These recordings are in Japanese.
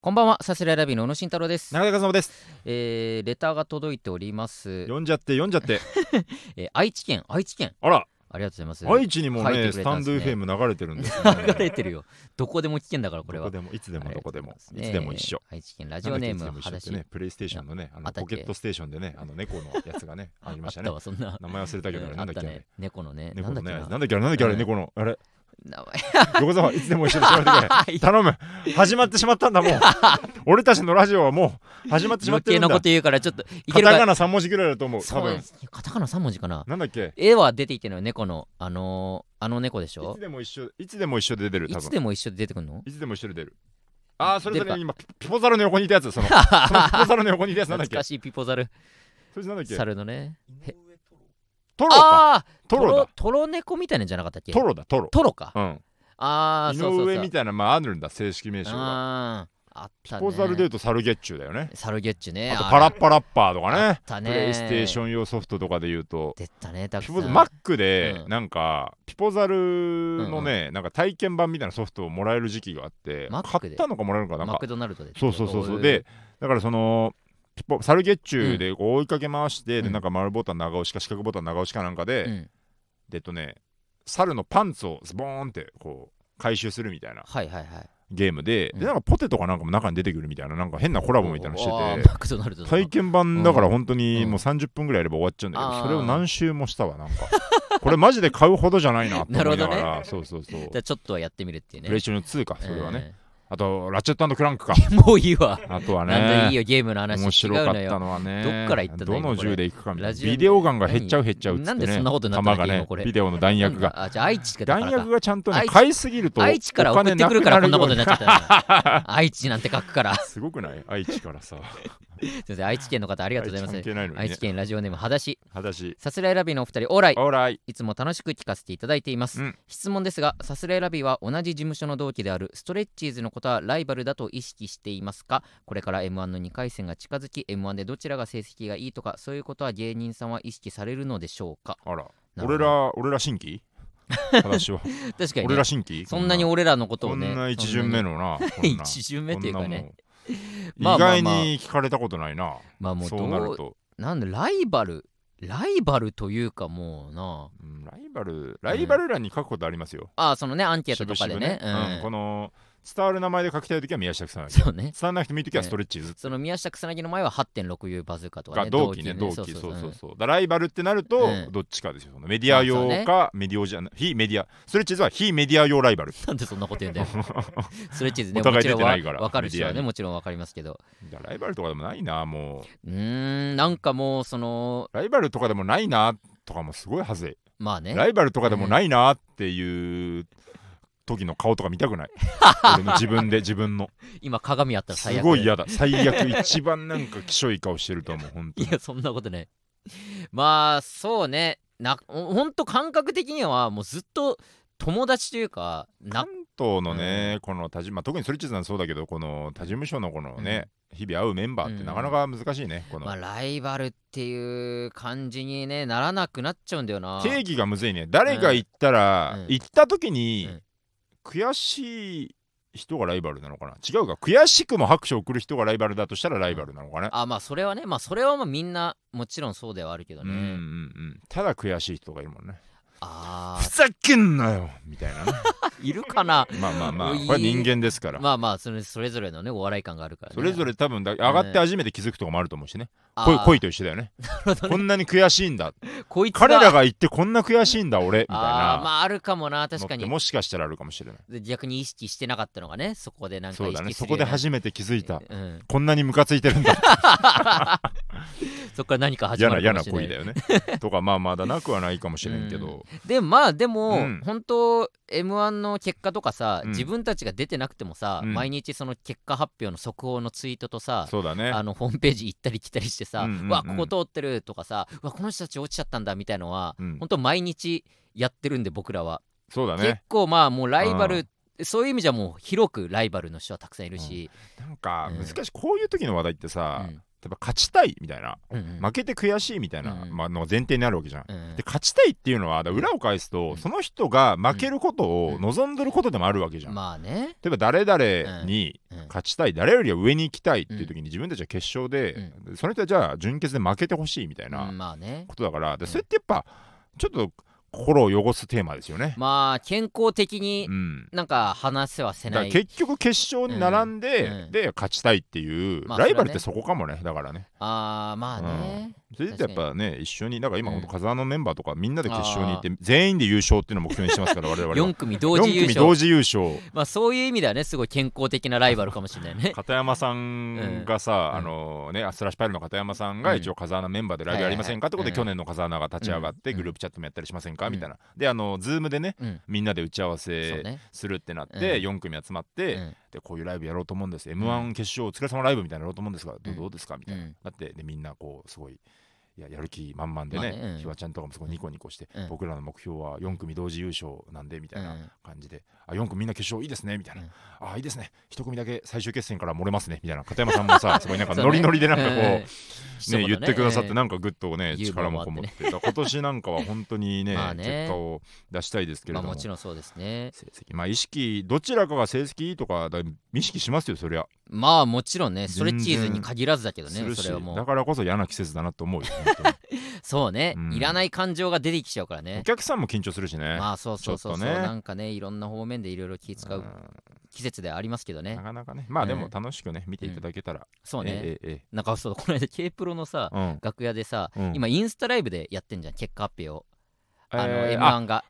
こんばんは、さすらいラビの小野慎太郎です。 中田和夫です。 レターが届いております。 読んじゃって愛知県。 あら、 ありがとうございます。 愛知にもね、スタンド FM 流れてるんですね。 流れてるよ。どこでも聞けんだから、これは。 どこでも、いつでもどこでも、 ね、 いつでも一緒。 愛知県ラジオネームはだしね、プレイステーションのね、ポケットステーションでね、猫のやつがね、ありましたね。 あったわ、そんな。 名前忘れたけど、なんだっけね。 猫のね。 なんだっけあれ、猫の、あれ。 名前横澤いつでも一緒でしまってくれ頼む。始まってしまったんだもう俺たちのラジオはもう始まってしまってるんだ。 余計なこと言うからちょっとカタカナ3文字ぐらいだと思う。多分カタカナ3文字かな。 なんだっけ。 絵は出ていてのよ、猫のあの猫でしょ。 いつでも一緒で出てる。多分いつでも一緒で出てくるの。 いつでも一緒で出る。ああ、それぞれ今ピポザルの横にいたやつ、そのピポザルの横にいたやつなんだっけ。 懐かしいピポザル。 それなんだっけ。 猿のね。 トロか。 トロ猫みたいなんじゃなかったっけ。 トロか。 うん。 井上みたいな、まああるんだ、正式名称が。 あったね。 ピポザルで言うとサルゲッチュだよね。 サルゲッチュね。 あとパラッパラッパーとかね。 あったね。 プレイステーション用ソフトとかで言うと出たね。マックでなんかピポザルのね、なんか体験版みたいなソフトをもらえる時期があって、買ったのかもらえるのかなんか。 マクドナルドで。 そうで、だからそのサルゲッチュで追いかけ回して、でなんか丸ボタン長押しか四角ボタン長押しかなんかで、猿のパンツをズボーンってこう回収するみたいなゲームで、なんかポテトかなんかも中に出てくるみたいな、なんか変なコラボみたいなのしてて、体験版だから本当にもう30分ぐらいやれば終わっちゃうんだけど、それを何周もしたわ。なんかこれマジで買うほどじゃないなって思いながら。そうじゃあちょっとはやってみるっていうね。 プレイステーション2か、それはね。あとラチェット&クランクか。 もういいわ。 あとはね、 なんだいいよ、ゲームの話。 面白かったのはね、 どっから行ったの。 どの銃で行くかみたいな。ビデオガンが減っちゃうっつってね。 なんでそんなことになったの。 弾がね、ビデオの弾薬が。 じゃあ愛知弾薬がちゃんとね、買いすぎると愛知から送ってくるからこんなことになっちゃった愛知なんて書くから。 すごくない？愛知からさ。 すみません、愛知県の方ありがとうございます。愛知県ラジオネームはだし。さすらいラビのお二人、オーライ。いつも楽しく聞かせていただいています。質問ですが、さすらいラビは同じ事務所の同期であるストレッチーズのことはライバルだと意識していますか？これから M1 の2回戦が近づき、 M1 でどちらが成績がいいとか、そういうことは芸人さんは意識されるのでしょうか？ あら、俺ら新規話は確かに、ね、 俺ら新規そんなに俺らのことをね、 こんな一巡目のな一巡目っていうかね、 意外に聞かれたことないな。 まあもうそうなるとなんでライバルというかもうな、 ライバル欄に書くことありますよ。 そのね、アンケートとかでね、 この伝わる名前で書きたいときは宮下草薙。 そうね。 伝わらなくてもいいときはストレッチーズ。 その宮下草薙の前は 8.6U バズーカとかね。 同期。そう。ライバルってなるとどっちかですよ。メディア用かメディオじゃない。非メディア。ストレッチーズは非メディア用ライバル。 なんでそんなこと言うんだよ。ストレッチーズね、 お互い出てないから。 わかるしはね、もちろんわかりますけど。 ライバルとかでもないな、もう。 なんかもうそのライバルとかでもないなとかもすごいはずい。 まあね。 ライバルとかでもないなっていう時の顔とか見たくない。俺の自分の今鏡あったら最悪。 すごい嫌だ。最悪。一番なんかきしょい顔してると思う。本当に。 いや、そんなことない。まあそうね、本当感覚的にはもうずっと友達というか、 関東のね、この特にストレッチーズなんそうだけど、この他事務所のこのね、日々会うメンバーってなかなか難しいね。 ライバルっていう感じに、ね、ならなくなっちゃうんだよな。 定義がむずいね。誰が言ったら、言った時に悔しい人がライバルなのかな。違うか、悔しくも拍手を送る人がライバルだとしたらライバルなのかね。 まあそれはね、それはみんなもちろんそうではあるけどね。 ただ悔しい人がいるもんね。 ふざけんなよみたいなね。 いるかな。 まあこれ人間ですから。 それぞれのねお笑い感があるからね。 それぞれ多分上がって初めて気づくとこもあると思うしね。恋と一緒だよね。こんなに悔しいんだ、彼らが言ってこんな悔しいんだ俺みたいな。 あるかもな。確かにもしかしたらあるかもしれない。 逆に意識してなかったのがね、そこでなんか意識するような。 そこで初めて気づいた、こんなにムカついてるんだそっから何か始まるかもしれない。 嫌な恋だよねとかまだなくはないかもしれんけど、 でも本当 M1 の結果とかさ、自分たちが出てなくてもさ、毎日その結果発表の速報のツイートとさ、 そうだね、 ホームページ行ったり来たりしてさ、わここ通ってるとかさ、わこの人たち落ちちゃったんだみたいのは、本当毎日やってるんで僕らは。 そうだね。 結構もうライバル、そういう意味じゃもう広くライバルの人はたくさんいるし、 なんか難しい、こういう時の話題ってさ、 例えば勝ちたいみたいな、負けて悔しいみたいな、の前提になるわけじゃん。で勝ちたいっていうのは裏を返すと、その人が負けることを望んでることでもあるわけじゃん。 まあね。 例えば誰々に勝ちたい、誰よりは上に行きたいっていう時に自分たちは決勝で、その人はじゃあ準決で負けてほしいみたいなことだから、それってやっぱちょっと心を汚すテーマですよね。 まあ健康的になんか話せはせない、 結局決勝に並んで、で勝ちたいっていう、ライバルってそこかもね。だからね。 まあね、 それでやっぱね、一緒にだから今風穴のメンバーとかみんなで決勝に行って全員で優勝っていうのを目標にしてますから我々は。 4組同時優勝。まあそういう意味ではね、すごい健康的なライバルかもしれないね。 片山さんがさ、スラッシュパイルの片山さんが一応風穴メンバーでライブやりませんかってことで、去年の風穴が立ち上がってグループチャットもやったりしませんかみたいな。でズームでね、みんなで打ち合わせするってなって4組集まって、でこういうライブやろうと思うんです、 M1 決勝お疲れ様ライブみたいなやろうと思うんですが、どうですかみたいな、だってでみんなこうすごいやる気満々でね、ひわちゃんとかもすごいニコニコして、僕らの目標は4組同時優勝なんでみたいな感じで、4組みんな決勝いいですねみたいな、いいですね、1組だけ最終決戦から漏れますねみたいな、片山さんもさすごいなんかノリノリでなんかこうね言ってくださって、なんかグッとね力もこもって、今年なんかは本当にね結果を出したいですけれども、 もちろんそうですね。 成績意識どちらかが成績いいとか意識しますよそりゃ。 まあもちろんね、ストレッチーズに限らずだけどね、それはもうだからこそ嫌な季節だなと思うよそうね、いらない感情が出てきちゃうからね。 お客さんも緊張するしね。 まあそう、なんかねいろんな方面でいろいろ気使う季節でありますけどね。 なかなかね、まあでも楽しくね見ていただけたら。 そうね、なんかそうこの間 K プロのさ楽屋でさ、今インスタライブでやってんじゃん、結果発表を。M1 が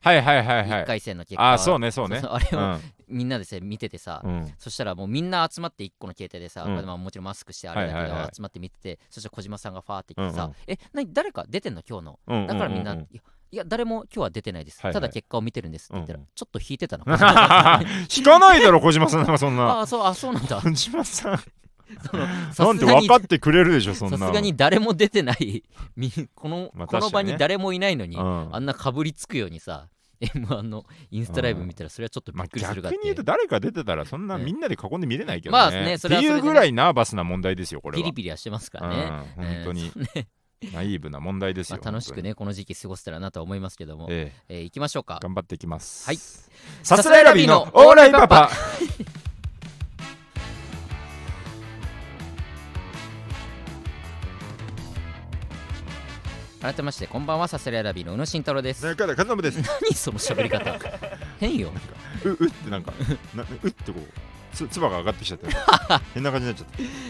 1回戦の結果、 そうねあれをみんなで見ててさ、そしたらもうみんな集まって1個の携帯でさ、もちろんマスクしてあれだけど集まって見てて、そしたら小島さんがファーって言ってさ、誰か出てんの今日の、だからみんな、いや誰も今日は出てないです、ただ結果を見てるんですって言ったら、ちょっと引いてたの。 引かないだろ小島さん、なんかそんな。 そうなんだ。 小島さんなんて分かってくれるでしょそんな。 さすがに誰も出てないこの場に誰もいないのに、あんなかぶりつくようにさ M1 のインスタライブ見たら、それはちょっとびっくりするがって。 逆に言うと誰か出てたらそんなみんなで囲んで見れないけどね、っていうぐらいナーバスな問題ですよこれは。 ピリピリはしてますからね、 本当にナイーブな問題ですよ。 楽しくねこの時期過ごせたらなと思いますけども、行きましょうか。 頑張っていきます。 はい、 さすらいラビーのオーライパパ。 改めましてこんばんは、さすらいラビーの宇野慎太郎です。 中田和伸です。 何その喋り方変よ。 うってなんかうってこうつばが上がってきちゃった変な感じになっちゃ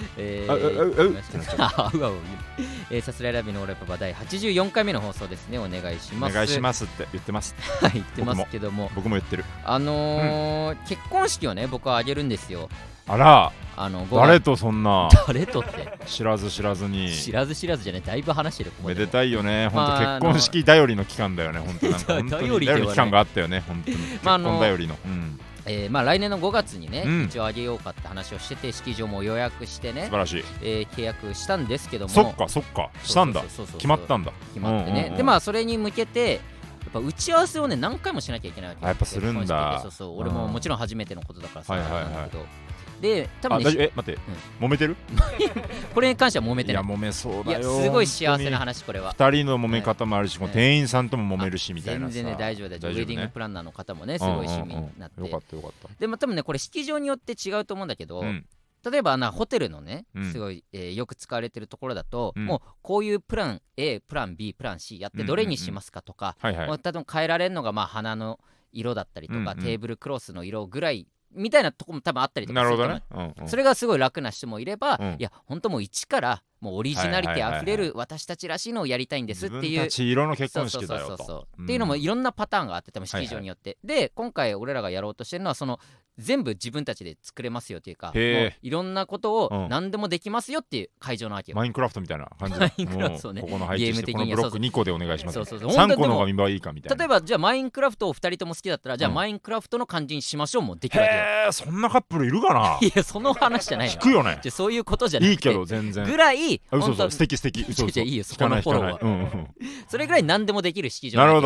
ったさすらいラビーのオーライパパ第84回目の放送ですね。お願いします。 お願いしますって言ってます。 はい言ってますけども、 僕も言ってる。 結婚式をね僕は挙げるんですよ。 あら、誰とそんな誰とって知らず知らずに知らずじゃない、だいぶ話してる。 めでたいよね本当、結婚式頼りの期間だよね本当。なんか本当に頼りの期間があったよね本当に。結婚頼りの来年の5月にね、一応あげようかって話をしてて、式場も予約してね、 素晴らしい、 契約したんですけども、 そっかしたんだ、決まったんだ、 決まってね。でまあそれに向けてやっぱ打ち合わせをね何回もしなきゃいけないわけ。 やっぱするんだ。 そう俺ももちろん初めてのことだからさ、なんだけど、で多分ね、 待って、揉めてるこれに関しては揉めてない。 いや揉めそうだよ。 すごい幸せな話。これは 2人の揉め方もあるし、店員さんとも揉めるしみたいなさ。 全然ね大丈夫だ。ウェディングプランナーの方もねすごい親身になって、 よかったよかった。 でも多分ねこれ式場によって違うと思うんだけど、例えばホテルのねすごいよく使われてるところだと、もうこういうプラン A プラン B プラン C やってどれにしますかとか、多分変えられるのが花の色だったりとか、テーブルクロスの色ぐらいみたいなとこも多分あったりとかすると思う。それがすごい楽な人もいれば、いや本当もう一からもうオリジナリティあふれる私たちらしいのをやりたいんですっていう、 自分たち色の結婚式だよとっていうのもいろんなパターンがあって、多分式場によって、で今回俺らがやろうとしてるのはその全部自分たちで作れますよっていうか、もういろんなことを何でもできますよっていう会場なわけよ。 マインクラフトみたいな感じで、ここの配置してこのブロック2個でお願いします。3個の方が見栄えいいかみたいな。 例えばじゃあマインクラフトを2人とも好きだったら、じゃあマインクラフトの感じにしましょうもできるわけよ。 そんなカップルいるかな。 いやその話じゃないの。 聞くよね。 じゃそういうことじゃなくて、 いいけど全然ぐらい素敵じゃいいよそこのフォローは。それぐらい何でもできる式場。 なるほど。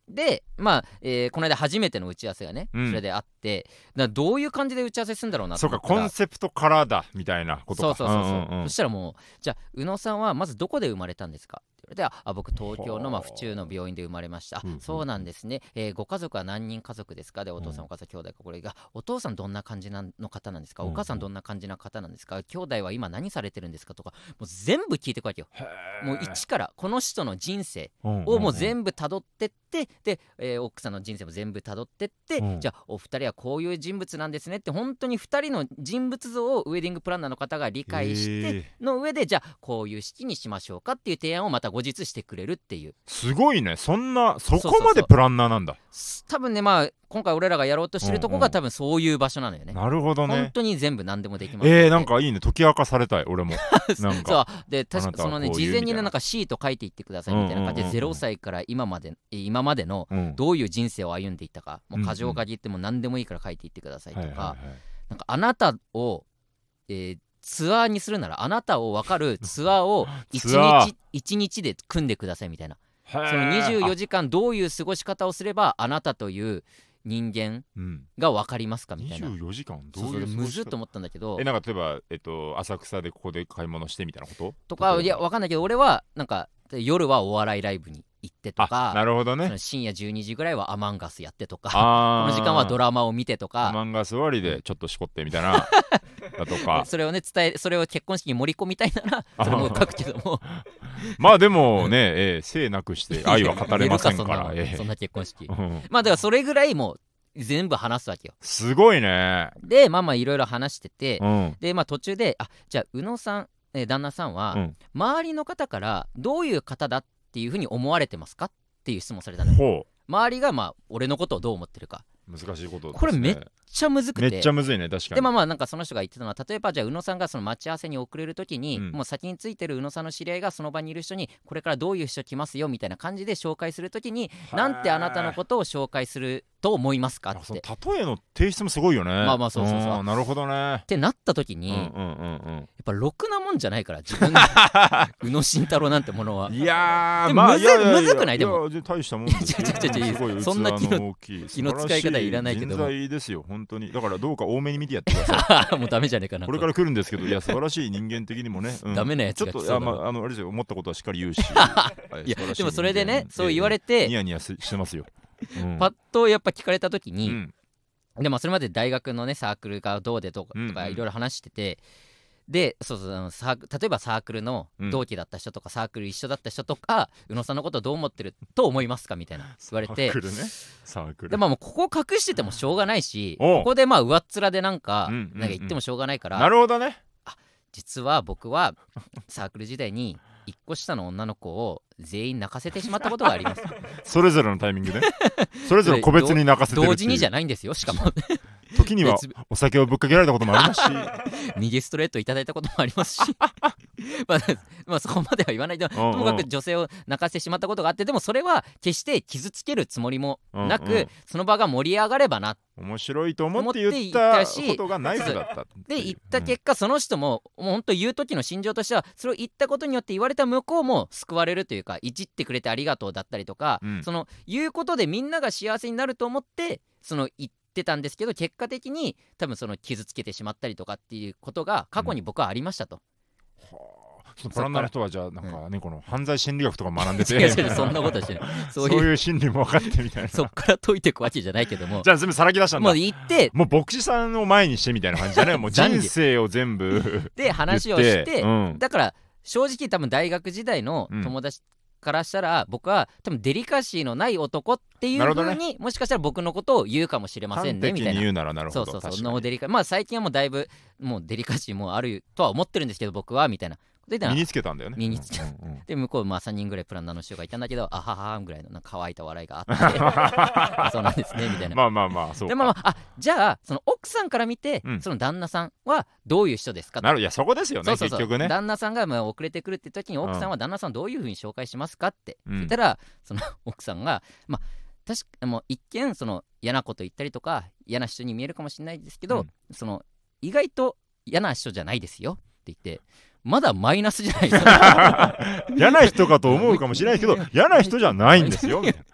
でまあ、この間初めての打ち合わせがね、それであってだどういう感じで打ち合わせするんだろうなと思ったら、 そうかコンセプトカラーだみたいなことか。 そう、そしたらもうじゃあ宇野さんはまずどこで生まれたんですかって言われて、僕東京の府中の病院で生まれました。そうなんですね、ご家族は何人家族ですかで、お父さんお母さん兄弟か、これがお父さんどんな感じの方なんですか、お母さんどんな感じな方なんですか、兄弟は今何されてるんですかとか、もう全部聞いてくわけよ。もう一からこの人の人生をもう全部辿ってって、で、奥さんの人生も全部辿ってって、じゃあお二人はこういう人物なんですねって、本当に2人の人物像をウェディングプランナーの方が理解しての上で、じゃあこういう式にしましょうかっていう提案をまた後日してくれるっていう。 すごいね。そこまでプランナーなんだ。 多分ね、まあ今回俺らがやろうとしてるとこが多分そういう場所なのよね。 なるほどね。 本当に全部何でもできます。 なんかいいね。解き明かされたい俺も。なんかそうで、確かそのね、事前にねなんかシート書いていってくださいみたいな感じで、0歳から今までのどういう人生を歩んでいったか、もう箇条書きっても何でもいいから書いていってくださいとか、なんかあなたを、ツアーにするならあなたを分かるツアーを1日で組んでくださいみたいな。その24時間どういう過ごし方をすればあなたという人間が分かりますかみたいな。 24時間どういうそうむずっと思ったんだけど、 なんか例えば、浅草でここで買い物してみたいなこととか、いや分かんないけど、俺はなんか夜はお笑いライブに行ってとか、 なるほどね、 その深夜12時ぐらいはアマンガスやってとか、この時間はドラマを見てとか、 アマンガス終わりでちょっとしこってみたいなだとかそれをねそれを結婚式に盛り込みたいならそれも書くけどもまあでもね、性なくして愛は語れませんからそんな結婚式まあだからそれぐらいもう全部話すわけよ。 すごいね。 でまあいろいろ話してて、でまあ途中でじゃあ宇野さん、旦那さんは、周りの方からどういう方だっていうふうに思われてますかっていう質問されたのよ。周りがまあ俺のことをどう思ってるか。 難しいことですね。 これめっちゃむずくて、 めっちゃむずいね。確かに。 でまあなんかその人が言ってたのは、例えばじゃあ宇野さんがその待ち合わせに遅れる時に、もう先についてる宇野さんの知り合いがその場にいる人にこれからどういう人来ますよみたいな感じで紹介する時に、なんてあなたのことを紹介すると思いますかって。 その例えの提出もすごいよね。 まあそうなるほどねってなった時に、やっぱろくなもんじゃないから自分宇野慎太郎なんてものは。いやー、まあむずくない？でも大したもんですよ。 そんな気の使い方いらないけども、 人材ですよ本当に。だからどうか多めに見てやってください。 もうダメじゃねえかな。 これから来るんですけど、いや素晴らしい人間的にもね、 ダメなやつが来そうだ。 ちょっとあれですよ、思ったことはしっかり言うし。いやでもそれでね、そう言われてニヤニヤしてますよ。 パッとやっぱ聞かれた時に、でもそれまで大学のねサークルがどうでとかいろいろ話してて、で例えばサークルの同期だった人とか、サークル一緒だった人とか、宇野さんのことどう思ってると思いますかみたいな言われて、 サークルでもうここ隠しててもしょうがないし、ここでまあ上っ面でなんか言ってもしょうがないから、 なるほどね。 実は僕はサークル時代に1個下の女の子を全員泣かせてしまったことがあります。 それぞれのタイミングでそれぞれ個別に泣かせてるっていう。 同時にじゃないんですよ。しかも時にはお酒をぶっかけられたこともありますし右ストレートいただいたこともありますしまあそこまでは言わないで、ともかく女性を泣かせてしまったことがあって、でもそれは決して傷つけるつもりもなく、その場が盛り上がればな、 面白いと思って言ったことがナイフだったで言った結果、その人ももう本当言う時の心情としては、それを言ったことによって言われた向こうも救われるというか、いじってくれてありがとうだったりとか、その言うことでみんなが幸せになると思ってその言ってたんですけど、結果的に多分その傷つけてしまったりとかっていうことが過去に僕はありましたと。 そのプランナーの人はじゃあなんかね、この犯罪心理学とか学んでて違うそんなことはしてない。 そういう心理も分かってみたいなそっから解いていくわけじゃないけども、 じゃあ全部さらけ出したんだ。 もう言って、 もう牧師さんを前にしてみたいな感じだね。もう人生を全部で話をして、だから正直多分大学時代の友達からしたら、僕は多分デリカシーのない男っていう風に、もしかしたら僕のことを言うかもしれませんねみたいな。 言うならなるほど。 そうノーデリカ、まあ最近はもうだいぶもうデリカシーもあるとは思ってるんですけど、僕はみたいな。 身につけたんだよね。 身につけた。で向こう3人ぐらいプランナーの人がいたんだけど、あははぐらいのなんか乾いた笑いがあってそうなんですねみたいな。 まあそうか。 でじゃあその奥さんから見て、その旦那さんはどういう人ですかと。 いやそこですよね。結局ね、 旦那さんが遅れてくるって時に、奥さんは旦那さんをどういう風に紹介しますかって言ったら、その奥さんが確かもう一見その嫌なこと言ったりとか嫌な人に見えるかもしれないですけど、その意外と嫌な人じゃないですよって言って、まだマイナスじゃないですか。 嫌な人かと思うかもしれないけど嫌な人じゃないんですよみたいな。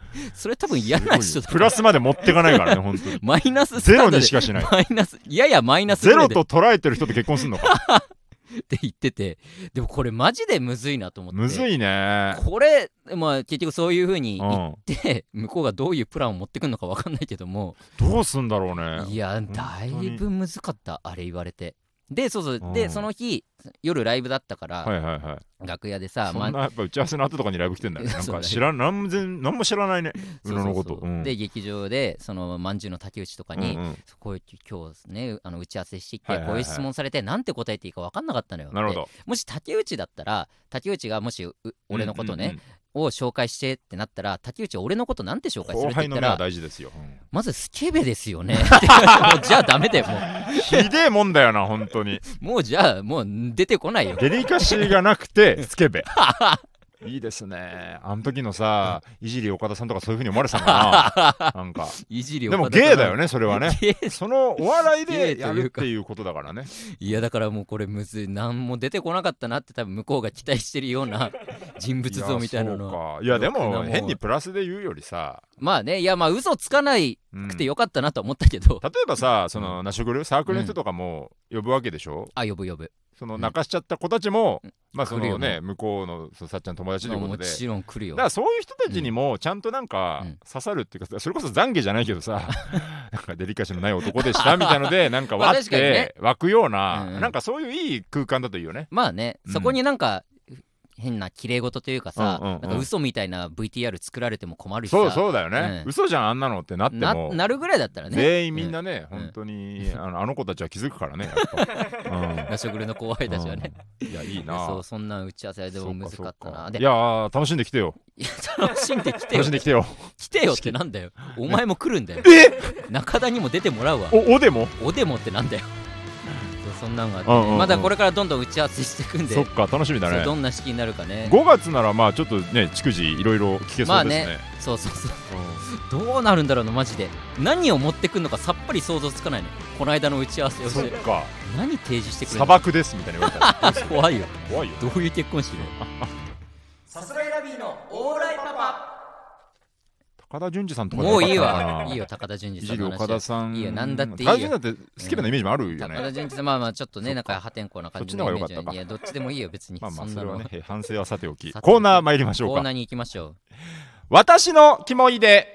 それ多分嫌な人だ。 プラスまで持ってかないからね本当に。 マイナスゼロにしかしない。 マイナス、ややマイナスゼロと捉えてる人と結婚するのかって言ってて、でもこれマジでむずいなと思って。 むずいね。 これまあ結局そういう風に言って、向こうがどういうプランを持ってくるのか分かんないけども、 どうすんだろうね。 いやだいぶむずかった、あれ言われて。でそうそう、でその日夜ライブだったから、 はいはいはい、 楽屋でさ、 そんなやっぱ打ち合わせの後とかにライブ来てんだよね。なんか何も知らないね、宇野のこと。 で劇場でそのまんじゅうの竹内とかに、こういう今日ね打ち合わせしてきて、こういう質問されてなんて答えていいか分かんなかったのよ。 なるほど。 もし竹内だったら、竹内がもし俺のことね、を紹介してってなったら、竹内俺のことなんて紹介するって言ったら、 大事ですよ、 まずスケベですよねもうじゃあダメだよ、もうひでえもんだよな本当に。 もうじゃあもう出てこないよ。 デリカシーがなくてスケベいいですね。あの時のさ、いじり岡田さんとかそういう風に思われてたんかななんかいじりでもゲイだよねそれはね。そのお笑いでやるっていうことだからね。 いやだからもうこれむずい、何も出てこなかったなって多分向こうが期待してるような人物像みたいなの。 いやでも変にプラスで言うよりさ、 まあね、いやまあ嘘つかないくてよかったなと思ったけど、 例えばさ、そのナショグルサークルの人とかも呼ぶわけでしょ。 呼ぶ。 その泣かしちゃった子たちも、まあそのね向こうのさっちゃん友達ということで、 もちろん来るよ。 だからそういう人たちにもちゃんとなんか刺さるっていうか、それこそ懺悔じゃないけどさなんかデリカシーのない男でしたみたいのでなんかわって湧くような、なんかそういういい空間だといいよね。 まあね、そこになんか変な綺麗事というかさ、なんか嘘みたいな VTR 作られても困るしさ。 そうだよね、嘘じゃんあんなのってなってもなるぐらいだったらね、 全員みんなね、本当にあの子たちは気づくからね、やっぱナショグルの後輩たちはね、 いやいいな。 そんな打ち合わせでも難かったな。 いや楽しんできてよ。 楽しんできてよ来てよってなんだよ、お前も来るんだよ。中田にも出てもらうわ。 おでもってなんだよ。そんなんがあって、ね、まだこれからどんどん打ち合わせしていくんで。 そっか楽しみだね。 どんな式になるかね。 5月ならまあちょっとね逐次いろいろ聞けそうですね。まあね、 そう、どうなるんだろうなマジで。何を持ってくるのかさっぱり想像つかないの。この間の打ち合わせをして、何提示してくれるの。 砂漠ですみたいな言われたら怖いよどういう結婚式だよさすらいラビーのオーライパパ。 高田純次さんとかもういいわ、いいよ高田純次さんの話。 岡田さんいいよ、なんだっていいよ。 高田純次さんって好きなイメージもあるよね。 高田純次さんまあちょっとねなんか破天荒な感じのイメージ。いやどっちでもいいよ別に。 まあそれはね反省はさておき、コーナー参りましょうか。 コーナーに行きましょう。 私のキモいで。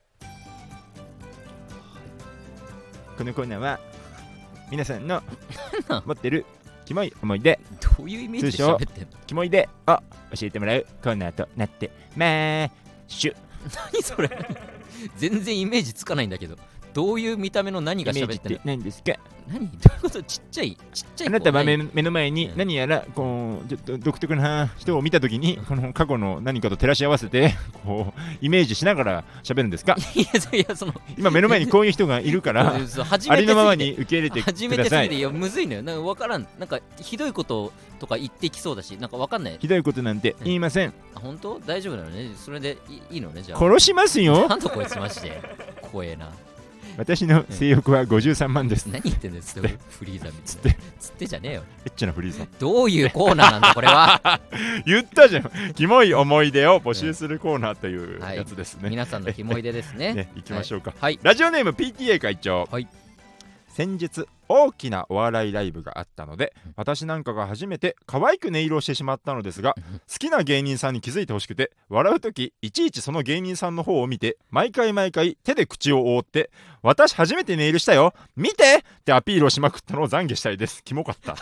このコーナーは皆さんの持ってるキモい思い出、 どういうイメージで喋ってんの。 キモいでを教えてもらうコーナーとなってまーしゅ。 何それ全然イメージつかないんだけど、どういう見た目の何が喋ってんの。 何ですか。 どういうこと。ちっちゃいあなたは目の前に何やらこうちょっと独特な人を見たときにこの過去の何かと照らし合わせてこうイメージしながら喋るんですか。 いやその今目の前にこういう人がいるからありのままに受け入れてください。 初めてすぎて、いやむずいのよ。なんか分からん、なんかひどいこととか言ってきそうだし、なんか分かんない。 ひどいことなんて言いません。 本当大丈夫なのね。それでいいのね。じゃあ殺しますよ。 なんだこいつマジで怖えな。 私の性欲は53万です。 何言ってんだよフリーザみたいな。つってじゃねえよ。 エッチなフリーザ。 どういうコーナーなんだこれは。 言ったじゃん。キモい思い出を募集するコーナーというやつですね。 皆さんのキモい出ですね。 行きましょうか。 はい。 ラジオネーム PTA 会長。 はい。 先日大きなお笑いライブがあったので、私なんかが初めて可愛く音色をしてしまったのですが、好きな芸人さんに気づいてほしくて、笑うときいちいちその芸人さんの方を見て毎回手で口を覆って、私初めてネイルしたよ見てってアピールをしまくったのを懺悔したいです。キモかった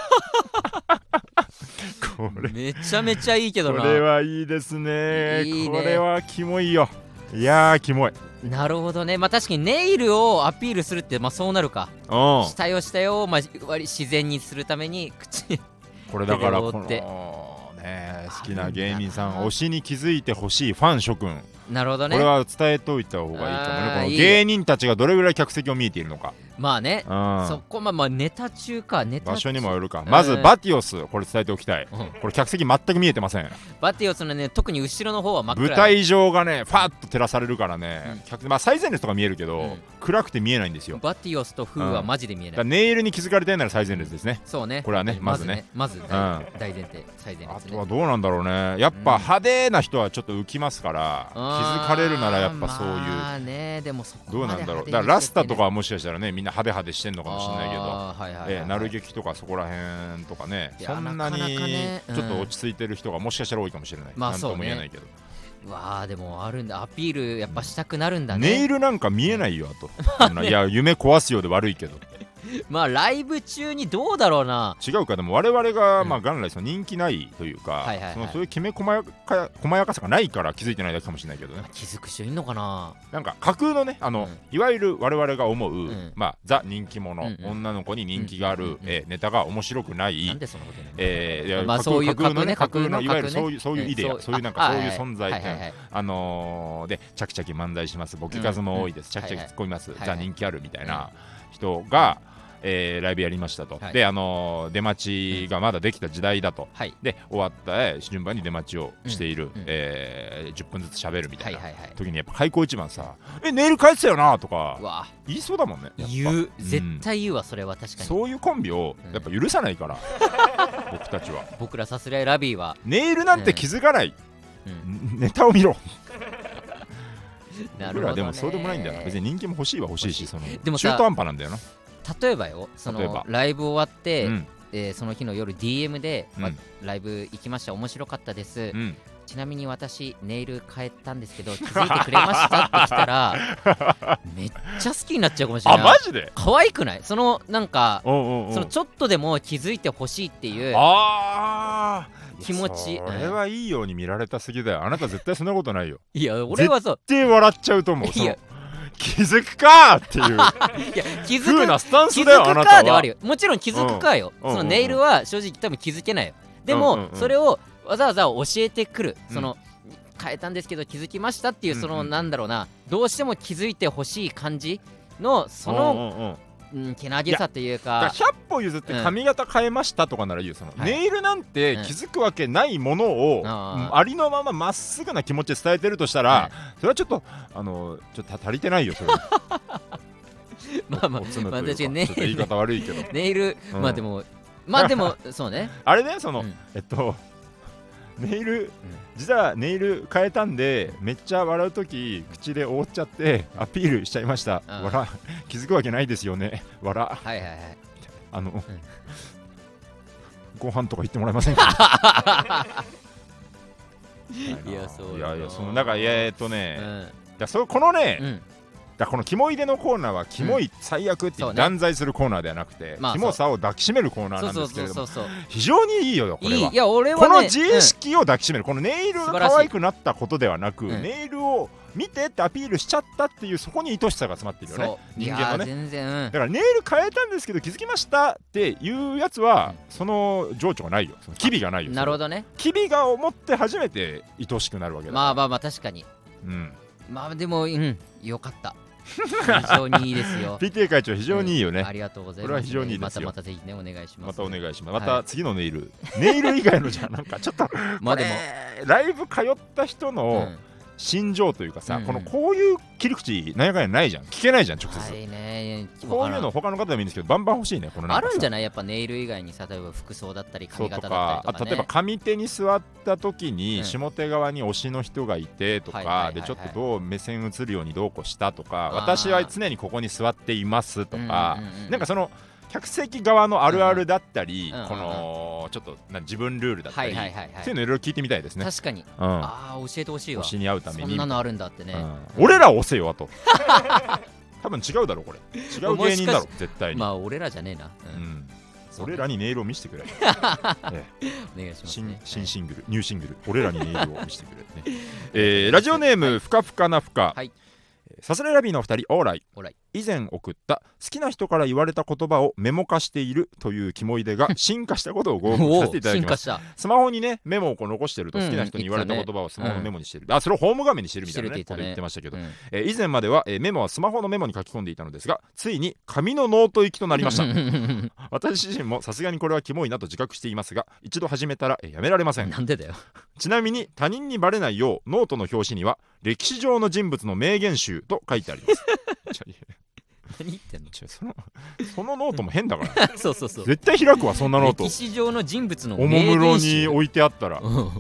これめちゃめちゃいいけどな。 これはいいですね。いいね。これはキモいよ。いやーキモい。 なるほどね。まあ確かにネイルをアピールするってまあそうなるか。したよ、まあ、割自然にするために口これだからこのね好きな芸人さん推しに気づいてほしいファン諸君。 なるほどね。 これは伝えといた方がいいかもね。この芸人たちがどれぐらい客席を見えているのか。 まあね、そこまあネタ中か場所にもよるか。まずバティオスこれ伝えておきたい。これ客席全く見えてません。 バティオスのね特に後ろの方は真っ暗。 舞台上がねファッと照らされるからね、まあ最前列とか見えるけど暗くて見えないんですよ。 バティオスとフーはマジで見えない。 ネイルに気づかれたいなら最前列ですね。 そうね。 これはねまずね大前提最前列。 あとはどうなんなんだろうね。やっぱ派手な人はちょっと浮きますから、気づかれるならやっぱそういう、 まあね、でもそこまでどうなんだろう。だからラスタとかはもしかしたらね、みんな派手派手してんのかもしれないけど、なる劇とかそこら辺とかね、そんなにちょっと落ち着いてる人がもしかしたら多いかもしれない。なんとも言えないけど。 わあ、でもあるんだ、アピールやっぱしたくなるんだね。 ネイルなんか見えないよ、あといや夢壊すようで悪いけどまあライブ中にどうだろうな。 違うか、でも我々がまあ元来その人気ないというか、そういうきめ細やかさがないから気づいてないだけかもしれないけどね。 気づく人いんのかな。 なんか架空のね、いわゆる我々が思うまあザ人気者、女の子に人気があるネタが面白くない、 なんでそんなこと言うの。まあそういう架空のいわゆるそういうイデア、そういうなんかそういう存在でチャキチャキ漫才します、ボケ数も多いです、チャキチャキ突っ込みます、ザ人気あるみたいな人がライブやりましたと、で出待ちがまだできた時代だと、で終わった順番に出待ちをしている、10分ずつ喋るみたいな時にやっぱ開口一番さ、ネイル変えてたよなとか言いそうだもんね。 言う、絶対言うわ、それは確かに。 そういうコンビをやっぱ許さないから、僕たちは、 僕らさすらいラビーはネイルなんて気づかない、ネタを見ろ僕らでもそうでもないんだよな。別に人気も欲しいは欲しいし、その中途半端なんだよな。 例えばよ、そのライブ終わって、その日の夜 DM で、ライブ行きました、面白かったです、ちなみに私ネイル変えたんですけど気づいてくれましたって来たらめっちゃ好きになっちゃうかもしれない。 マジで可愛くない？そのなんかそのちょっとでも気づいてほしいっていう気持ち。 それはいいように見られたすぎだよ。あなた絶対そんなことないよ。 いや俺はそう絶対笑っちゃうと思う。いや気づくかっていういや気づくなスタンスだよ。 気づくかではあるよ。もちろん気づくかよ。そのネイルは正直多分気づけないよ。でもそれをわざわざ教えてくる、その変えたんですけど気づきましたっていう、そのなんだろうな、どうしても気づいてほしい感じのそのけなげさというか、 100歩譲って髪型変えましたとかならいいよ。そのネイルなんて気づくわけないものをありのまままっすぐな気持ちで伝えてるとしたら、それはちょっと足りてないよ。それまあ確かにね、 言い方悪いけどネイルまあでもそうね、 あれね、そのネイル実はネイル変えたんでめっちゃ笑うとき口で覆っちゃってアピールしちゃいました。笑気づくわけないですよね。笑ご飯とか言ってもらえませんか。 いやそういやそのだからこのね、このキモいでのコーナーはキモい最悪って断罪するコーナーではなくて、キモさを抱きしめるコーナーなんですけれども、非常にいいよこれは。 いや俺はこの自意識を抱きしめる、このネイルが可愛くなったことではなく、ネイルを見てってアピールしちゃったっていう、そこに愛しさが詰まってるよね、人間のね。 全然、 だからネイル変えたんですけど気づきましたっていうやつは、その情緒がないよ、その機微がないよ。 なるほどね。 機微が思って初めて愛しくなるわけだ。 まあ確かに。まあでもよかった。非常にいいですよ。 PTA 会長非常にいいよね。 ありがとうございます。 これは非常にいいですよ。 またぜひねお願いします。 またお願いします。また次のネイル以外のじゃなんかちょっとまあでもライブ通った人の心情というかさ、こういう切り口なんやかんやないじゃん、聞けないじゃん直接。こういうの他の方でもいいんですけどバンバン欲しいね。このあるんじゃない？やっぱネイル以外に例えば服装だったり髪型だったりとかね。 例えば上手に座った時に下手側に推しの人がいてとかで、ちょっとどう目線映るようにどうこうしたとか、私は常にここに座っていますとか、なんかその客席側のあるあるだったり、このちょっと自分ルールだったり、そういうのいろいろ聞いてみたいですね。 確かに。教えてほしいわ。 推しに会うためにそんなのあるんだってね。 俺ら押せよあと。多分違うだろこれ。違う芸人だろ絶対に。 まあ俺らじゃねえな。 俺らにネイルを見せてくれ。 お願いします。 新シングル、ニューシングル、俺らにネイルを見せてくれ。ラジオネームふかふかなふか。さすらいラビーのお二人、オーライ。以前送った好きな人から言われた言葉をメモ化しているというキモいでが進化したことをご報告させていただきます。スマホにねメモを残してると好きな人に言われた言葉をスマホのメモにしてる、それをホーム画面にしてるみたいなねこと言ってましたけど、以前まではメモはスマホのメモに書き込んでいたのですが、ついに紙のノート行きとなりました。私自身もさすがにこれはキモいなと自覚していますが、一度始めたらやめられません。 なんでだよ。 ちなみに他人にバレないようノートの表紙には歴史上の人物の名言集と書いてあります。 何言ってんの。 そのノートも変だからそう絶対開くわそんなノート。 歴史上の人物のおもむろに置いてあったら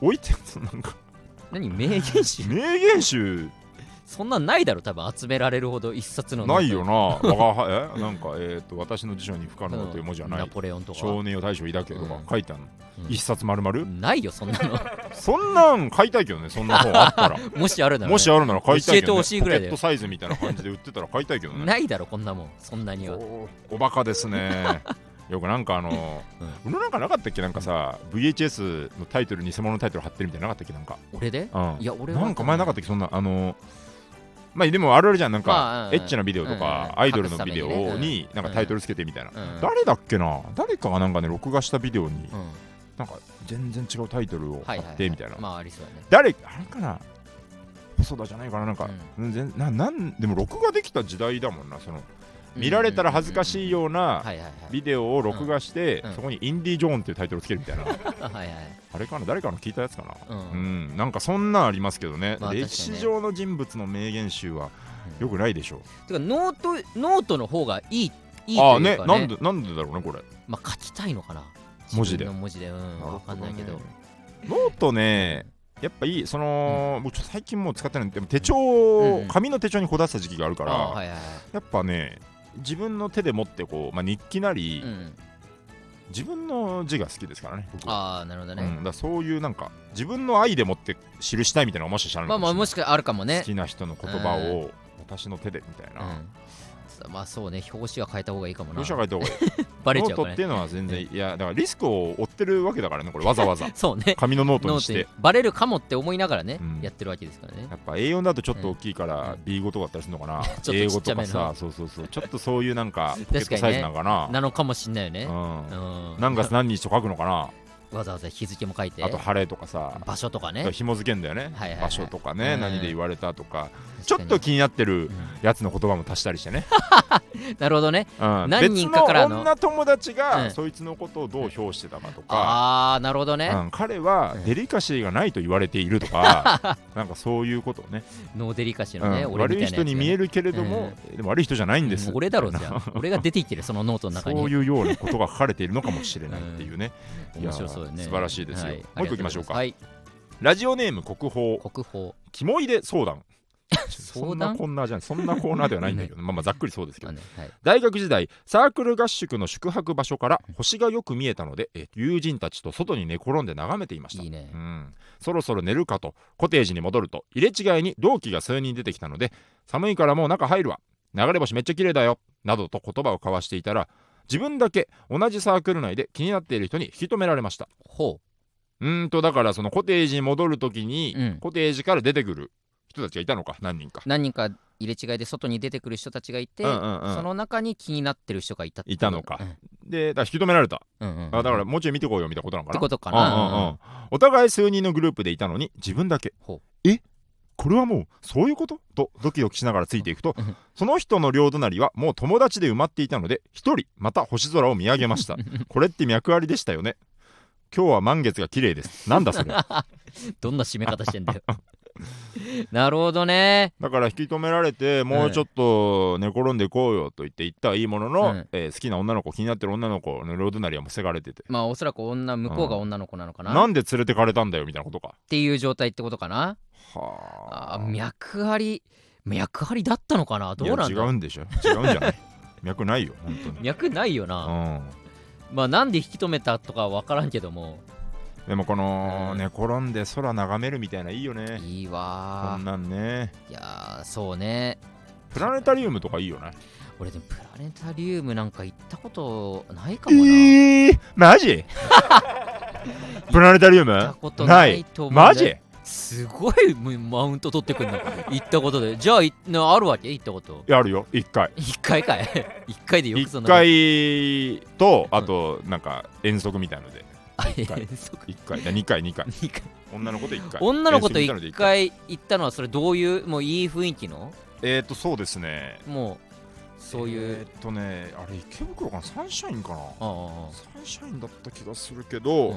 置いてなんか何名言集名言集そんなんないだろ多分集められるほど一冊のないよななんか私の辞書に不可能という文字はない、 ナポレオンとか少年を大将抱けとか書いてあるの、一冊丸々 ないよそんなのそんなん買いたいけどね、そんな本あったらもしあるなら、 もしあるなら買いたいけど、ね、 教えてほしいぐらいでポケットサイズみたいな感じで売ってたら買いたいけどねないだろこんなもんそんなにはおバカですねよくなんか俺なんかなかったっけなんかさ VHS のタイトル偽物のタイトル貼ってるみたいななかったっけなんか俺で、いや俺はなんか前なかったっけそんなまあでもあるあるじゃんなんかエッチなビデオとかアイドルのビデオになんかタイトルつけてみたいな誰だっけな誰かがなんかね録画したビデオになんか全然違うタイトルを貼ってみたいなまあありそうだね誰あれかな細田じゃないかななんかでも録画できた時代だもんなその見られたら恥ずかしいようなビデオを録画してそこにインディ・ジョーンっていうタイトルをつけるみたいなあれかな誰かの聞いたやつかななんかそんなんありますけどね歴史上の人物の名言集はよくないでしょうてかノートの方がいいというかねなんでだろうねこれまあ書きたいのかな文字で分かんないけどノートねやっぱいい僕最近もう使ってないんでも手帳紙の手帳にこだわった時期があるからやっぱね自分の手で持ってこう、日記なり、自分の字が好きですからね僕はなるほどね、 だそういうなんか自分の愛で持って記したいみたいなのがもし知らないかもしれないもしかあるかもね好きな人の言葉を私の手でみたいな、 まあそうね表紙は変えた方がいいかもな表紙は変えた方がいいバレちゃうからねノートっていうのは全然いやだからリスクを負ってるわけだからねこれわざわざそうね紙のノートにしてバレるかもって思いながらねやってるわけですからねやっぱ A4 だとちょっと大きいから B 語とかだったりするのかな英語とかさそうちょっとそういうなんかポケットサイズなのかななのかもしんないよね何月何日と書くのかなわざわざ日付も書いてあと晴れとかさ場所とかね紐付けんだよね場所とかね何で言われたとかちょっと気になってるやつの言葉も足したりしてねなるほどね何人かからの別の女友達がそいつのことをどう評してたかとかなるほどね彼はデリカシーがないと言われているとかなんかそういうことをねノーデリカシーのね悪い人に見えるけれどもでも悪い人じゃないんです俺だろうじゃあ俺が出ていってるそのノートの中にそういうようなことが書かれているのかもしれないっていうね面白そうね素晴らしいですよもう一個いきましょうかはいラジオネーム国宝キモいで相談そんなコーナーじゃないそんなコーナーではないんだけどまあざっくりそうですけど大学時代サークル合宿の宿泊場所から星がよく見えたので友人たちと外に寝転んで眺めていましたそろそろ寝るかとコテージに戻ると入れ違いに同期が数人出てきたので寒いからもう中入るわ流れ星めっちゃ綺麗だよなどと言葉を交わしていたら自分だけ同じサークル内で気になっている人に引き止められましただからそのコテージに戻るときに、コテージから出てくる人たちがいたのか何人か入れ違いで外に出てくる人たちがいて、その中に気になってる人がいたのか、でだから引き止められた、だからもうちょい見てこいよみたいなことなのかなってことかな、 お互い数人のグループでいたのに自分だけこれはもうそういうこととドキドキしながらついていくとその人の両隣はもう友達で埋まっていたので一人また星空を見上げましたこれって脈ありでしたよね今日は満月が綺麗ですなんだそれどんな締め方してんだよなるほどねだから引き止められてもうちょっと寝転んでいこうよと言って言ったはいいものの、好きな女の子気になってる女の子の両隣はもうせがれててまあおそらく向こうが女の子なのかな、 なんで連れてかれたんだよみたいなことかっていう状態ってことかな脈ありだったのかなどうなんだ違うんでしょ違うんじゃない脈ないよ本当に脈ないよな、まあなんで引き止めたとかは分からんけどもでもこの寝転んで空眺めるみたいないいよねいいわこんなんねいやそうねプラネタリウムとかいいよね俺でもプラネタリウムなんか行ったことないかもなマジプラネタリウム行ったことないと思う、 マジすごいマウント取ってくんの行ったことでじゃああるわけ行ったことあるよ1回かい1回でよくそんな 1回とあとなんか遠足みたいので1回2回女の子と1回女の子と1回行ったのはそれどういうもういい雰囲気のそうですねもうそういうあれ池袋かなサンシャインかなサンシャインだった気がするけど、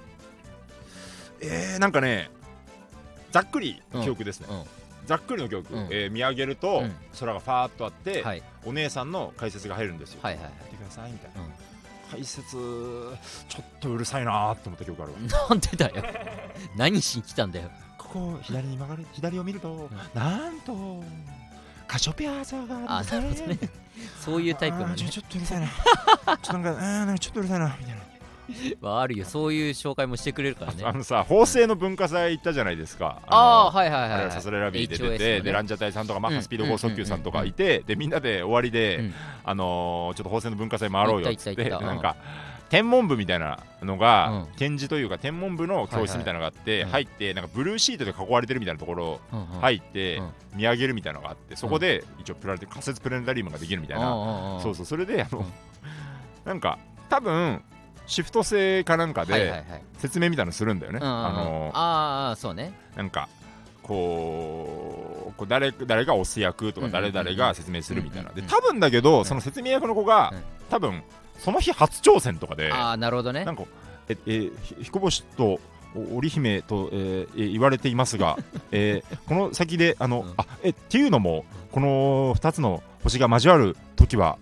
なんかねざっくり記憶ですね、ざっくりの記憶、見上げると、空がファーっとあって、お姉さんの解説が入るんですよ、見てくださいみたいな、 解説ちょっとうるさいなって思った記憶あるわ。 なんでだよ何しに来たんだよ。 ここ左に曲がる、左を見ると、なんとカシオペアーザーがあるんですね。 そういうタイプのね。 ちょっとうるさいなちょっとなんかちょっとうるさいなみたいな。 あるよ、そういう紹介もしてくれるからね。 さ、法政の文化祭行ったじゃないですか。 はいはいはい。 サスレラビーで出て、でランジャタイさんとかマッハスピード剛速球さんとかいて、でみんなで終わりで、ちょっと法政の文化祭回ろうよっつって、なんか天文部みたいなのが、展示というか天文部の教室みたいなのがあって、入ってなんかブルーシートで囲われてるみたいなところ入って見上げるみたいなのがあって、そこで一応仮設プラネタリウムができるみたいな。そうそう、それでなんか多分シフト制かなんかで説明みたいなのするんだよね。 そうね。 なんかこう誰が押す役とか誰々が説明するみたいな。で多分だけど、その説明役の子が多分その日初挑戦とかで、 なるほどね。 なんか彦星と織姫と、言われていますが、この先でっていうのもこの2つの星が交わる時は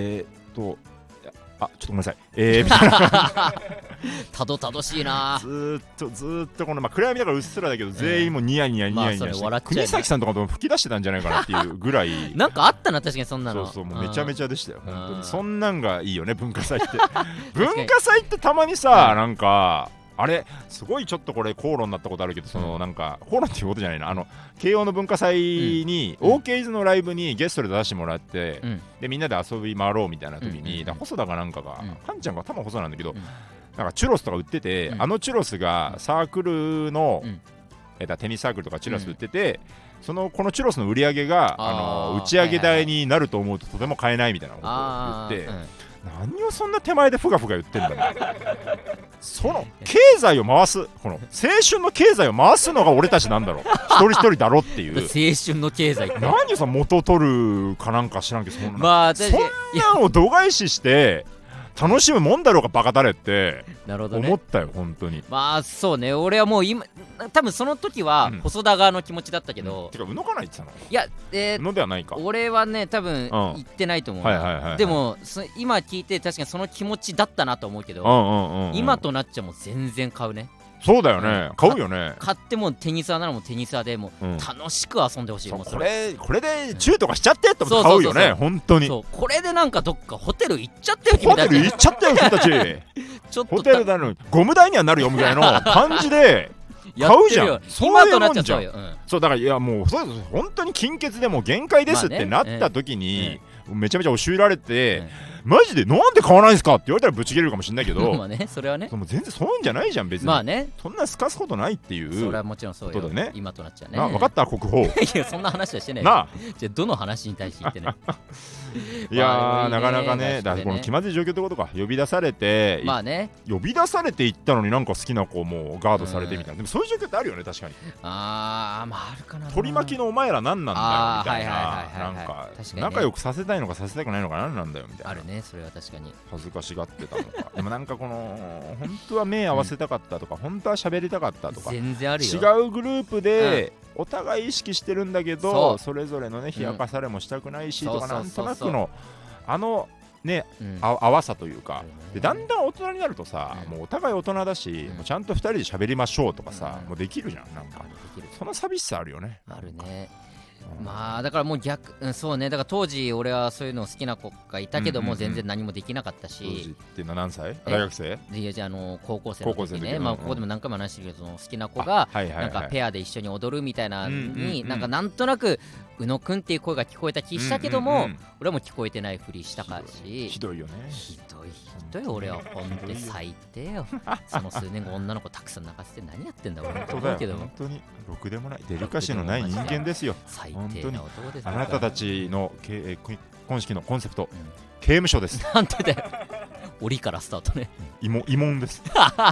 ちょっとごめんなさいみたいなたどたどしいな。 ずっとこの暗闇だからうっすらだけど、全員もニヤニヤして国崎さんとかとも吹き出してたんじゃないかなっていうぐらいなんかあったな、確かにそんなの。 そうもうめちゃめちゃでしたよ本当に。そんなんがいいよね文化祭って文化祭ってたまにさ、なんかあれすごいちょっとこれ口論になったことあるけど、そのなんか口論っていうことじゃないな、慶応の文化祭に、OK ズのライブにゲストで出してもらって、でみんなで遊び回ろうみたいな時に、細田がなんかが、かんちゃんが多分細なんだけど、なんかチュロスとか売ってて、あのチュロスがサークルの、テニスサークルとかチュロス売ってて、このチュロスの売り上げが打ち上げ代になると思うととても買えないみたいなことを言って、何をそんな手前でふがふが言ってんだろうその経済を回す、この青春の経済を回すのが俺たちなんだろう一人一人だろっていう青春の経済って何をさ元取るかなんか知らんけど、そんなんを度外視して楽しむもんだろうかバカだれって思ったよ本当に。 まあそうね、俺はもう今多分その時は細田側の気持ちだったけど、 てか宇野かな言ってたの？ いや宇野ではないか。 俺はね多分言ってないと思う。でも今聞いて確かにその気持ちだったなと思うけど、今となっちゃもう全然買うね。 そうだよね、買うよね。 買ってもテニサーならもうテニサーでも楽しく遊んでほしい。 これでチューとかしちゃってって買うよね本当に。 これでなんかどっかホテル行っちゃってよ君たち。ホテル行っちゃってよ君たちホテルだのゴム代にはなるよみたいな感じで買うじゃん。 今となっちゃったよ。 そうだからいやもう本当に金欠でもう限界ですってなった時にめちゃめちゃ教えられて、マジでなんで買わないんですかって言われたらぶち切れるかもしれないけどまあね、それはね、 もう全然そういうんじゃないじゃん別に。 まあね、 そんなすかすことないっていう。 それはもちろんそうよね。今となっちゃね。 分かった国宝。 いやそんな話はしてないな。 じゃあどの話に対して言ってね。 いやなかなかね、だからこの気まずい状況ってことか。呼び出されて、 まあね、 呼び出されて行ったのになんか好きな子もガードされてみたいな。でもそういう状況ってあるよね確かに。 まああるかな。 取り巻きのお前ら何なんだよみたいな。なんか仲良くさせたいのかさせたくないのか何なんだよみたいな。 あるね、それは確かに。 恥ずかしがってたのか。でもなんかこの本当は目合わせたかったとか、本当は喋りたかったとか、 全然あるよ。 違うグループでお互い意識してるんだけど、それぞれのね冷やかされもしたくないしとか、なんとなくのね、淡さというか、でだんだん大人になるとさ、もうお互い大人だし、もうちゃんと2人で喋りましょうとかさ、もうできるじゃん。なんかその寂しさあるよね。 あるね。まあだからもうそうね、だから当時俺はそういうの好きな子がいたけども全然何もできなかったし。 当時って何歳？大学生？ いやじゃあ高校生の時ね、まあここでも何回も話してるけど、その好きな子がなんかペアで一緒に踊るみたいなになんとなく宇野くんっていう声が聞こえた気したけども、俺はもう聞こえてないふりしたかし。 ひどいよね。 ひどい俺は本当に最低よ。その数年後女の子たくさん泣かせて何やってんだ俺と思うけど、 本当にろくでもないデリカシーのない人間ですよ。 最低な男です。 あなたたちの結婚式のコンセプト、刑務所です。 なんでだよ。檻からスタートね。 慰問です。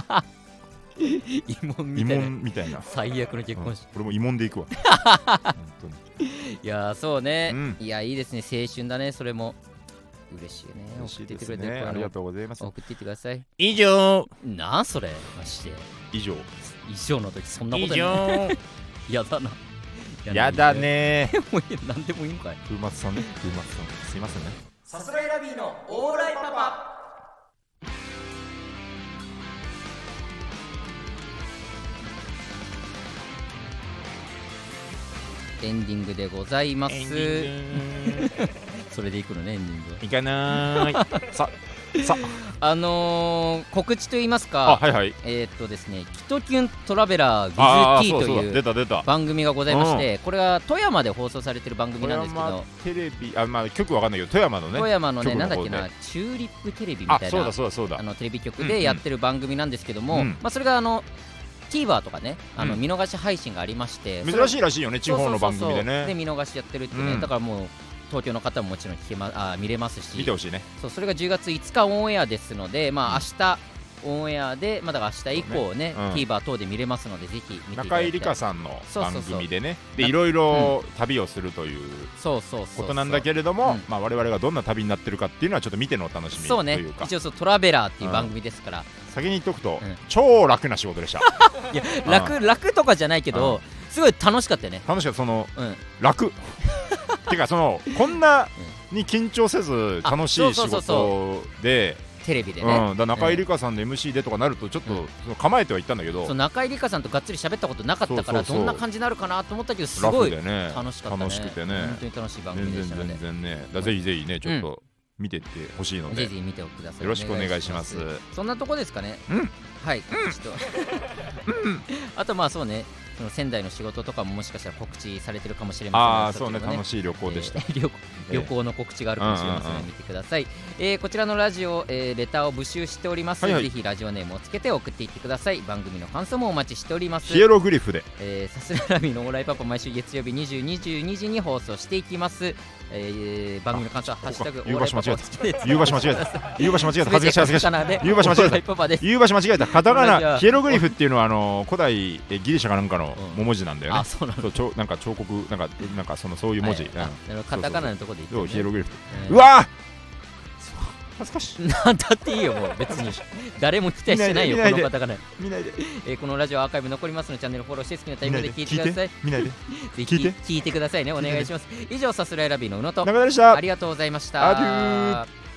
慰問みたいな最悪の結婚式。 俺も慰問でいくわ。本当に。 いやそうね。いやいいですね、青春だね。それも嬉しいね。送っていってくれてありがとうございます。 送っていってください。 以上。 なんそれまして。 以上の時そんなことない。やだな。 やだね。 なんでもいいんかい。 風松さんね。風松さんすいませんね。 さすらいラビーのオーライパパ。 エンディングでございます。それでいくのね、エンディングいかなーいさ告知といいますか、 はいはい、 ですね、キトキュントラベラー with T という番組がございまして、これは富山で放送されてる番組なんですけど、 テレビ局わかんないけど富山のねなんだっけな、チューリップテレビみたいなそうだテレビ局でやってる番組なんですけども、それがTVer とかね、見逃し配信がありまして、 珍しいらしいよね、地方の番組でね。 で見逃しやってるってね、だからもう東京の方ももちろん見れますし、 見てほしいね。 それが10月5日オンエアですので、明日オンエアで、だから明日以降ね、TVer 等で見れますので、ぜひ見ていただきたい。 中井梨花さんの番組でね、でいろいろ旅をするということなんだけれども、我々がどんな旅になってるかっていうのはちょっと見てのお楽しみというか。 そうね、一応トラベラーっていう番組ですから、 先に言っとくと超楽な仕事でした。 いや楽とかじゃないけど、すごい楽しかったよね。 楽しかった、楽てかこんなに緊張せず楽しい仕事でテレビでね、 中井梨花さんの MC でとかなるとちょっと構えてはいったんだけど、 中井梨花さんとがっつり喋ったことなかったから、どんな感じになるかなと思ったけど、すごい楽しかったね。 楽しくてね、 本当に楽しい番組でしたので、 全然ね、ぜひぜひね、ちょっと見てってほしいので、 ぜひ見てください。 よろしくお願いします。 そんなとこですかね。はい、ちょっとあとそうね、その仙台の仕事とかももしかしたら告知されてるかもしれません。 そうね、楽しい旅行でした。 旅行の告知があるかもしれませんので見てください。こちらのラジオ、レターを募集しております。ぜひラジオネームをつけて送っていってください。番組の感想もお待ちしております。 ヒエログリフでさすらいラビのオーライパパ、毎週月曜日22時に放送していきます。番組の感想はハッシュタグ言う場所間違えた、言う場所間違えた、恥ずかしい恥ずかしい、言う場所間違えた、カタカナヒエログリフっていうのは古代ギリシャかなんかの文字なんだよね。なんか彫刻、なんかそういう文字、 カタカナのところで言って、 ヒエログリフ、うわ恥ずかしい。 なんだっていいよ、もう別に誰も期待してないよ、このカタカナ。 見ないで。 このラジオアーカイブ残りますので、チャンネルフォローして好きなタイミングで聞いてください。 見ないで。 聞いてくださいね、お願いします。以上、さすらいラビーの宇野と中田でした。 ありがとうございました。